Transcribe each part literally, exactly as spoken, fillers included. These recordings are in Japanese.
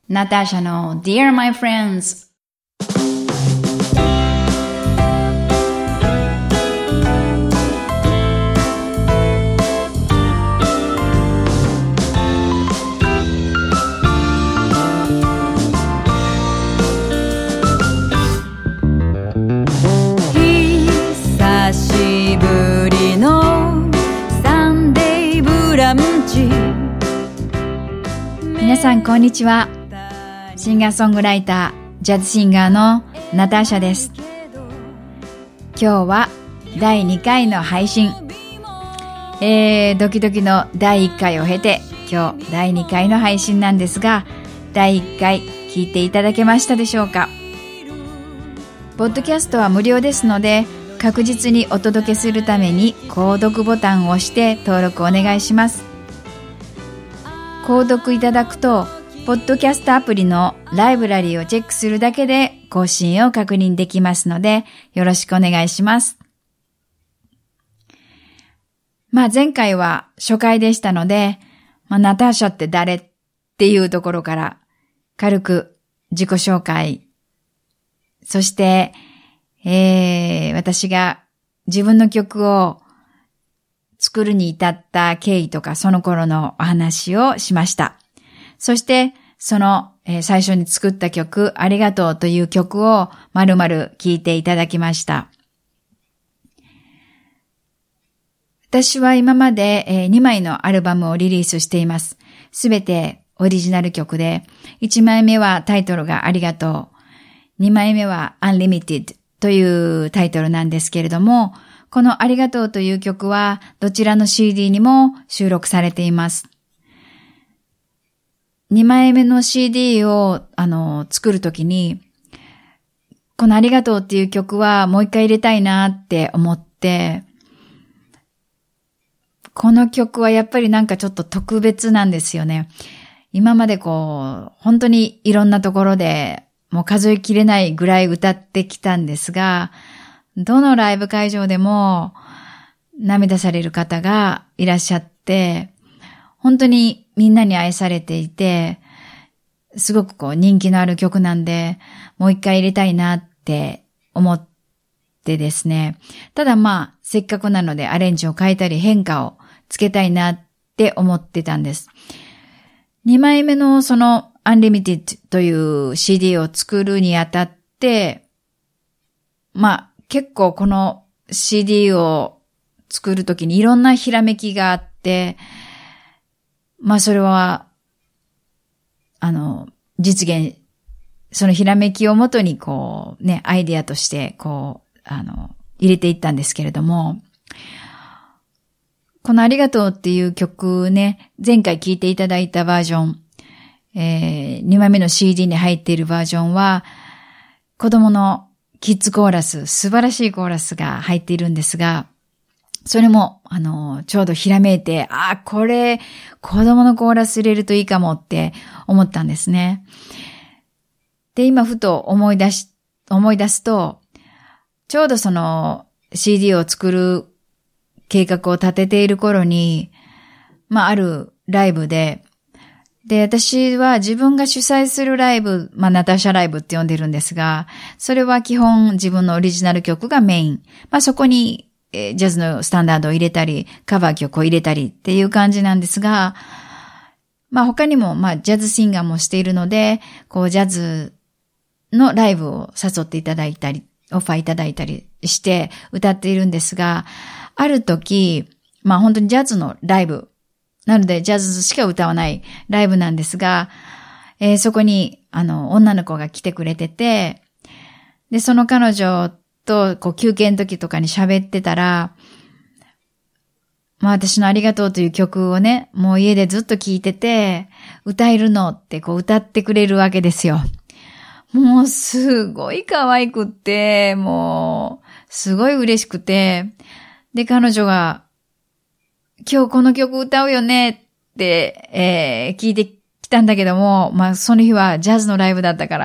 ナターシャの Dear My Friends。 久しぶりのサンデーブランチ。 皆さんこんにちは。シンガーソングライター、ジャズシンガーのナターシャです。今日はだいにかいの配信。えー、ドキドキのだいいっかいを経て、今日だいにかいの配信なんですが、だいいっかい聞いていただけましたでしょうか。ポッドキャストは無料ですので、確実にお届けするために購読ボタンを押して登録お願いします。購読いただくと、ポッドキャストアプリのライブラリーをチェックするだけで更新を確認できますので、よろしくお願いします。まあ前回は初回でしたので、まあ、ナターシャって誰っていうところから軽く自己紹介、そして、えー、私が自分の曲を作るに至った経緯とかその頃のお話をしました。そしてその、えー、最初に作った曲、ありがとうという曲をまるまる聴いていただきました。私は今まで、えー、にまいのアルバムをリリースしています。すべてオリジナル曲で、いちまいめはタイトルがありがとう、にまいめは Unlimited というタイトルなんですけれども、このありがとうという曲はどちらの シーディー にも収録されています。にまいめの シーディー をあの作るときに、このありがとうっていう曲はもう一回入れたいなって思って、この曲はやっぱりなんかちょっと特別なんですよね。今までこう、本当にいろんなところでもう数えきれないぐらい歌ってきたんですが、どのライブ会場でも涙される方がいらっしゃって、本当にみんなに愛されていて、すごくこう人気のある曲なんで、もう一回入れたいなって思ってですね。ただまあ、せっかくなのでアレンジを変えたり変化をつけたいなって思ってたんです。にまいめのその Unlimited という シーディー を作るにあたって、まあ結構この シーディー を作るときにいろんなひらめきがあって、まあそれは、あの、実現、そのひらめきをもとにこうね、アイデアとしてこう、あの、入れていったんですけれども、このありがとうっていう曲ね、前回聴いていただいたバージョン、えー、にまいめの シーディー に入っているバージョンは、子供のキッズコーラス、素晴らしいコーラスが入っているんですが、それも、あの、ちょうどひらめいて、ああ、これ、子供のコーラス入れるといいかもって思ったんですね。で、今ふと思い出し、思い出すと、ちょうどその シーディー を作る計画を立てている頃に、まあ、あるライブで、で、私は自分が主催するライブ、まあ、ナターシャライブって呼んでるんですが、それは基本自分のオリジナル曲がメイン。まあ、そこに、えー、ジャズのスタンダードを入れたり、カバー曲を入れたりっていう感じなんですが、まあ、他にも、まあ、ジャズシンガーもしているので、こう、ジャズのライブを誘っていただいたり、オファーいただいたりして歌っているんですが、ある時、まあ、本当にジャズのライブ、なので、ジャズしか歌わないライブなんですが、えー、そこに、あの、女の子が来てくれてて、で、その彼女と、こう、休憩の時とかに喋ってたら、まあ、私のありがとうという曲をね、もう家でずっと聴いてて、歌えるのってこう、歌ってくれるわけですよ。もう、すごい可愛くって、もう、すごい嬉しくて、で、彼女が、今日この曲歌うよねって、えー、聞いてきたんだけども、まあその日はジャズのライブだったから、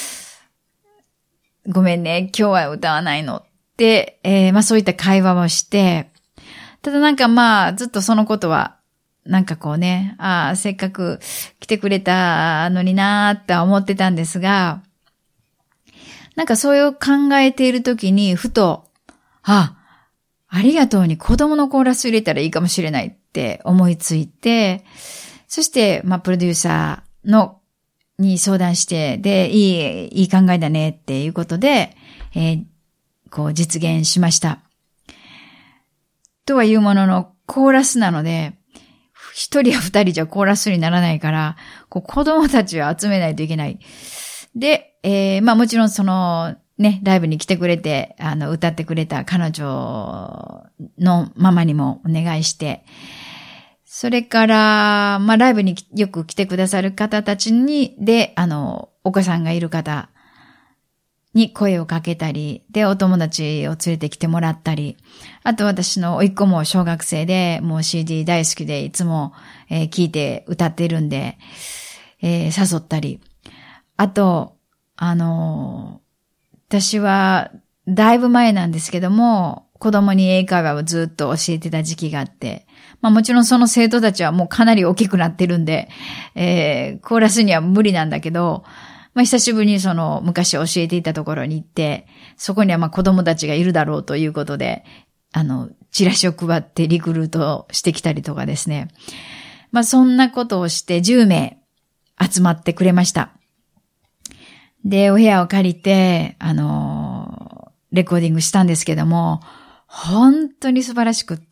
ごめんね、今日は歌わないのって、えー、まあそういった会話をして、ただなんかまあずっとそのことはなんかこうね、ああ、せっかく来てくれたのになーって思ってたんですが、なんかそういう考えているときに、ふと、あ、ありがとうに子供のコーラス入れたらいいかもしれないって思いついて、そして、まあ、プロデューサーの、に相談して、で、いい、いい考えだねっていうことで、えー、こう実現しました。とはいうものの、コーラスなので、一人や二人じゃコーラスにならないから、こう子供たちを集めないといけない。で、えー、まあもちろんその、ね、ライブに来てくれて、あの、歌ってくれた彼女のママにもお願いして、それから、まあライブによく来てくださる方たちに、で、あの、お子さんがいる方に声をかけたり、で、お友達を連れてきてもらったり、あと私の甥っ子も小学生で、もう シーディー 大好きでいつも、えー、聞いて歌ってるんで、えー、誘ったり、あと、あのー、私は、だいぶ前なんですけども、子供に英会話をずっと教えてた時期があって、まあもちろんその生徒たちはもうかなり大きくなってるんで、えー、コーラスには無理なんだけど、まあ久しぶりにその昔教えていたところに行って、そこにはまあ子供たちがいるだろうということで、あの、チラシを配ってリクルートしてきたりとかですね。まあそんなことをしてじゅうめい集まってくれました。で、お部屋を借りて、あの、レコーディングしたんですけども、本当に素晴らしくって、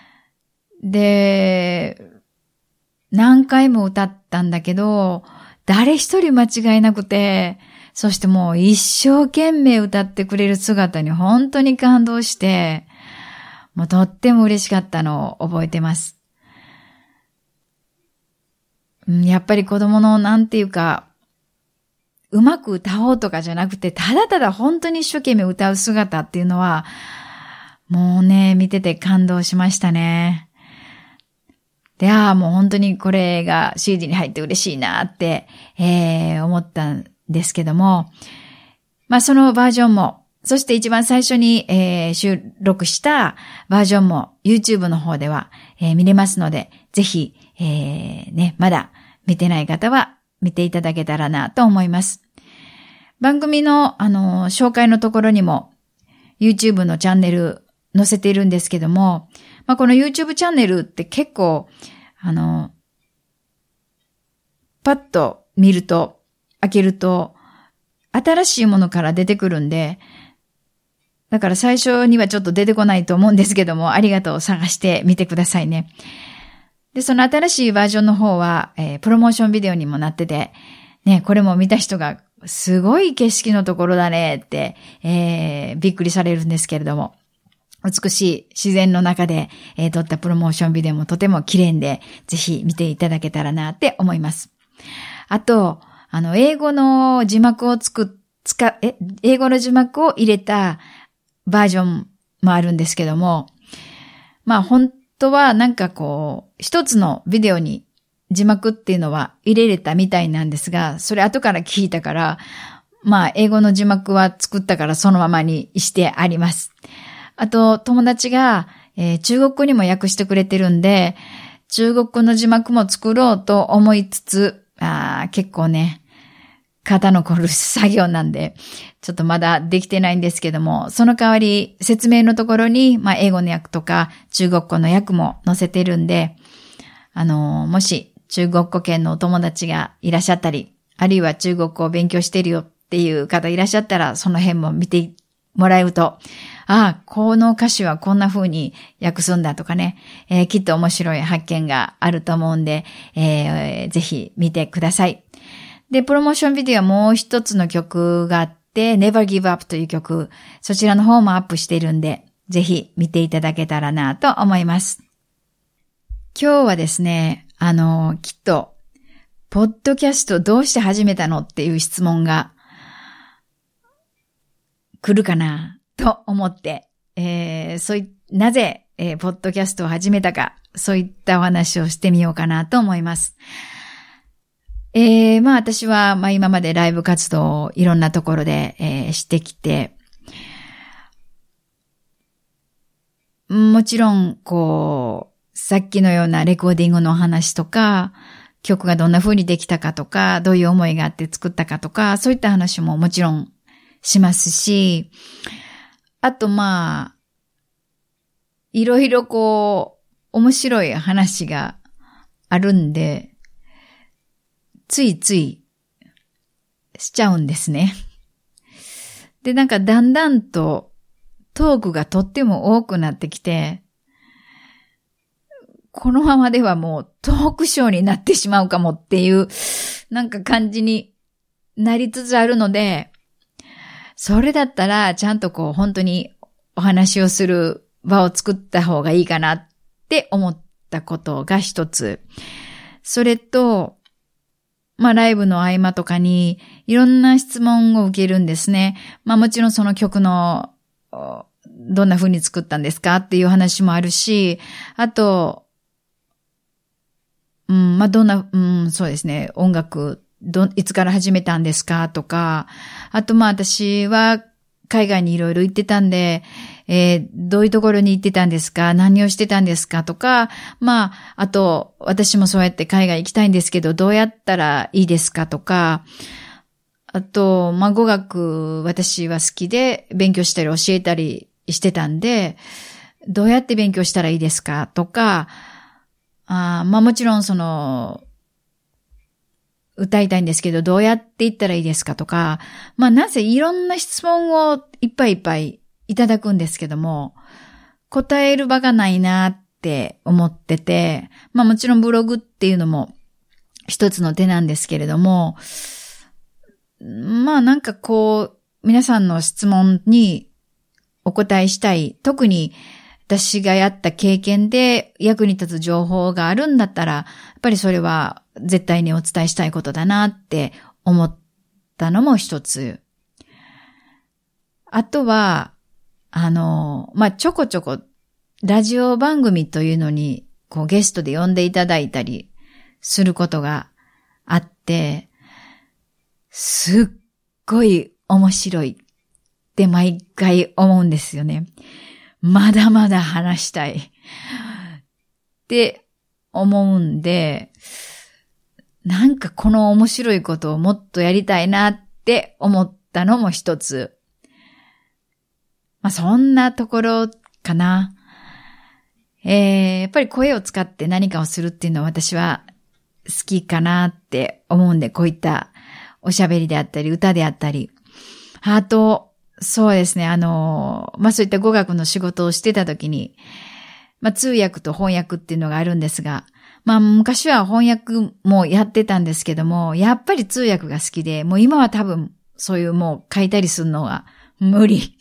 で、何回も歌ったんだけど、誰一人間違いなくて、そしてもう一生懸命歌ってくれる姿に本当に感動して、もうとっても嬉しかったのを覚えてます。やっぱり子供のなんていうか、うまく歌おうとかじゃなくて、ただただ本当に一生懸命歌う姿っていうのは、もうね、見てて感動しましたね。で、ああ、もう本当にこれが シーディー に入って嬉しいなって、えー、思ったんですけども、まあそのバージョンも、そして一番最初に、えー、収録したバージョンも YouTube の方では、えー、見れますので、ぜひ、えー、ね、まだ見てない方は見ていただけたらなと思います。番組の、あの、紹介のところにも YouTube のチャンネル載せているんですけども、まあ、この YouTube チャンネルって結構、あの、パッと見ると、開けると、新しいものから出てくるんで、だから最初にはちょっと出てこないと思うんですけども、ありがとうを探してみてくださいね。で、その新しいバージョンの方は、えー、プロモーションビデオにもなってて、ね、これも見た人が、すごい景色のところだねって、えー、びっくりされるんですけれども、美しい自然の中で、えー、撮ったプロモーションビデオもとても綺麗で、ぜひ見ていただけたらなって思います。あと、あの、英語の字幕をつく、つか、え、英語の字幕を入れたバージョンもあるんですけども、まあ本当はなんかこう、一つのビデオに字幕っていうのは入れれたみたいなんですが、それ後から聞いたから、まあ英語の字幕は作ったからそのままにしてあります。あと友達が、えー、中国語にも訳してくれてるんで、中国語の字幕も作ろうと思いつつ、あ結構ね、肩の凝る作業なんで、ちょっとまだできてないんですけども、その代わり説明のところに、まあ英語の訳とか中国語の訳も載せてるんで、あのー、もし中国語圏のお友達がいらっしゃったり、あるいは中国語を勉強してるよっていう方いらっしゃったら、その辺も見てもらえると、ああ、この歌詞はこんな風に訳すんだとかね、えー、きっと面白い発見があると思うんで、えー、ぜひ見てください。で、プロモーションビデオはもう一つの曲があって、Never Give Up という曲、そちらの方もアップしているんで、ぜひ見ていただけたらなと思います。今日はですね、あの、きっと、ポッドキャストどうして始めたのっていう質問が来るかなと思って、えー、そうい、なぜ、えー、ポッドキャストを始めたか、そういったお話をしてみようかなと思います。えー、まあ私は、まあ今までライブ活動をいろんなところで、えー、してきて、もちろん、こう、 さっきのようなレコーディングのお話とか、曲がどんな風にできたかとか、どういう思いがあって作ったかとか、そういった話ももちろんしますし、あとまあ、いろいろこう、面白い話があるんで、ついついしちゃうんですね。で、なんかだんだんとトークがとっても多くなってきて、このままではもうトークショーになってしまうかもっていうなんか感じになりつつあるので、それだったらちゃんとこう本当にお話をする場を作った方がいいかなって思ったことが一つ。それと、まあライブの合間とかにいろんな質問を受けるんですね。まあもちろんその曲のどんな風に作ったんですかっていう話もあるし、あと、うん、まあ、どんな、うん、そうですね、音楽、ど、いつから始めたんですかとか、あと、まあ、私は海外にいろいろ行ってたんで、えー、どういうところに行ってたんですか？何をしてたんですか？とか、まあ、あと、私もそうやって海外行きたいんですけど、どうやったらいいですか？とか、あと、まあ、語学、私は好きで勉強したり教えたりしてたんで、どうやって勉強したらいいですか？とか、あまあもちろんその、歌いたいんですけど、どうやって言ったらいいですかとか、まあなぜいろんな質問をいっぱいいっぱいいただくんですけども、答える場がないなって思ってて、まあもちろんブログっていうのも一つの手なんですけれども、まあなんかこう、皆さんの質問にお答えしたい、特に私がやった経験で役に立つ情報があるんだったら、やっぱりそれは絶対にお伝えしたいことだなって思ったのも一つ。あとは、あの、まあ、ちょこちょこラジオ番組というのにこうゲストで呼んでいただいたりすることがあって、すっごい面白いって毎回思うんですよね。まだまだ話したいって思うんで、なんかこの面白いことをもっとやりたいなって思ったのも一つ。まあそんなところかな。えー、やっぱり声を使って何かをするっていうのは私は好きかなって思うんで、こういったおしゃべりであったり歌であったり、あと、そうですね。あの、まあ、そういった語学の仕事をしてた時に、まあ、通訳と翻訳っていうのがあるんですが、まあ、昔は翻訳もやってたんですけども、やっぱり通訳が好きで、もう今は多分そういうもう書いたりするのが無理。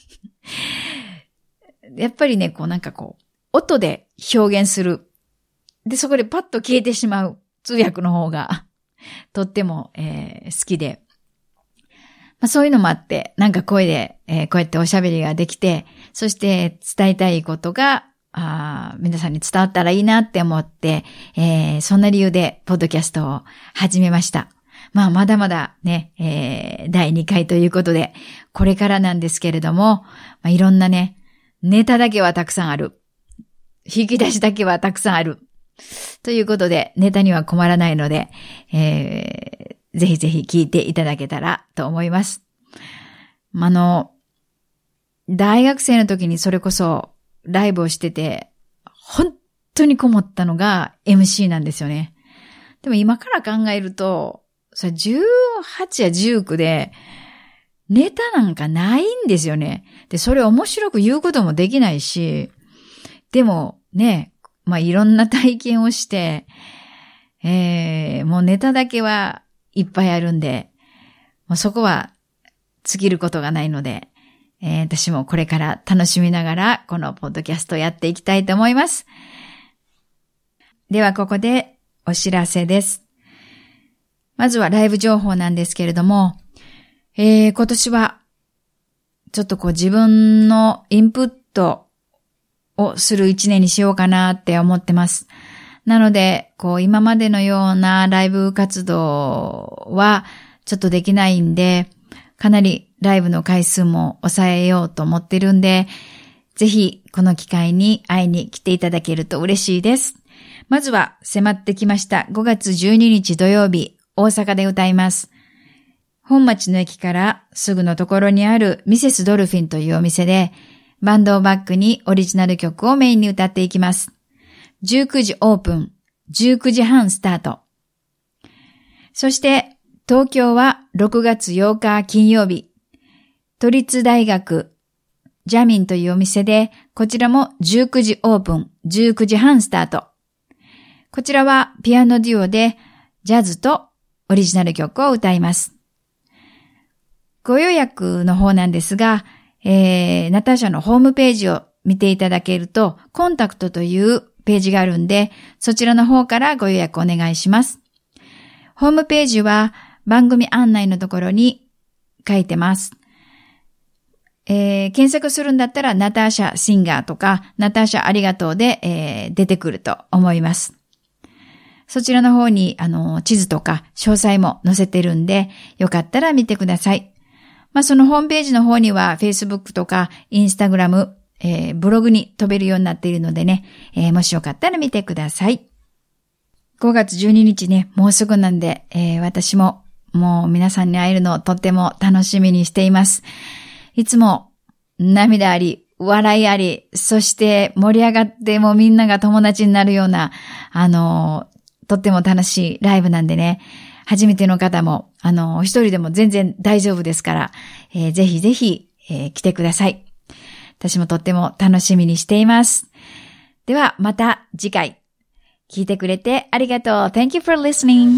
やっぱりね、こうなんかこう、音で表現する。で、そこでパッと消えてしまう通訳の方がとっても、えー、好きで。まあ、そういうのもあって、なんか声で、えー、こうやっておしゃべりができて、そして伝えたいことが、あ皆さんに伝わったらいいなって思って、えー、そんな理由でポッドキャストを始めました。まあまだまだね、えー、だいにかいということで、これからなんですけれども、まあ、いろんなね、ネタだけはたくさんある。引き出しだけはたくさんある。ということで、ネタには困らないので、えー、ぜひぜひ聞いていただけたらと思います。あの、大学生の時にそれこそライブをしてて、本当に困ったのが エムシー なんですよね。でも今から考えると、それじゅうはちやじゅうきゅうで、ネタなんかないんですよね。で、それ面白く言うこともできないし、でもね、まあ、いろんな体験をして、えー、もうネタだけはいっぱいあるんで、もうそこは尽きることがないので、えー、私もこれから楽しみながらこのポッドキャストをやっていきたいと思います。ではここでお知らせです。まずはライブ情報なんですけれども、えー、今年はちょっとこう自分のインプットをする一年にしようかなって思ってます。なので、こう今までのようなライブ活動はちょっとできないんで、かなりライブの回数も抑えようと思ってるんで、ぜひこの機会に会いに来ていただけると嬉しいです。 まずは迫ってきましたごがつじゅうににち土曜日、大阪で歌います。本町の駅からすぐのところにあるミセスドルフィンというお店で、バンドをバックにオリジナル曲をメインに歌っていきます。じゅうくじオープン、じゅうくじはんスタート。そして東京はろくがつようか金曜日、都立大学ジャミンというお店で、こちらもじゅうくじオープン、じゅうくじはんスタート。こちらはピアノデュオでジャズとオリジナル曲を歌います。ご予約の方なんですが、えー、ナターシャのホームページを見ていただけると、コンタクトというページがあるんで、そちらの方からご予約お願いします。ホームページは番組案内のところに書いてます。えー、検索するんだったらナターシャシンガーとかナターシャありがとうで、えー、出てくると思います。そちらの方にあの地図とか詳細も載せてるんで、よかったら見てください。まあ、そのホームページの方には Facebook とか Instagram、えー、ブログに飛べるようになっているのでね、えー、もしよかったら見てください。ごがつじゅうににちね、もうすぐなんで、えー、私ももう皆さんに会えるのをとっても楽しみにしています。いつも涙あり、笑いあり、そして盛り上がってもうみんなが友達になるような、あのー、とっても楽しいライブなんでね、初めての方も、あの、一人でも全然大丈夫ですから、えー、ぜひぜひ、えー、来てください。私もとっても楽しみにしています。では、また次回。聞いてくれてありがとう。Thank you for listening.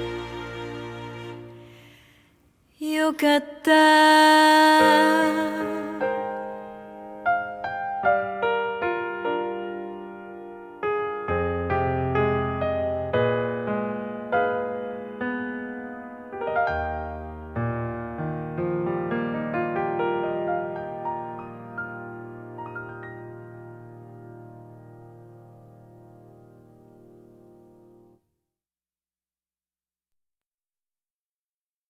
よかった。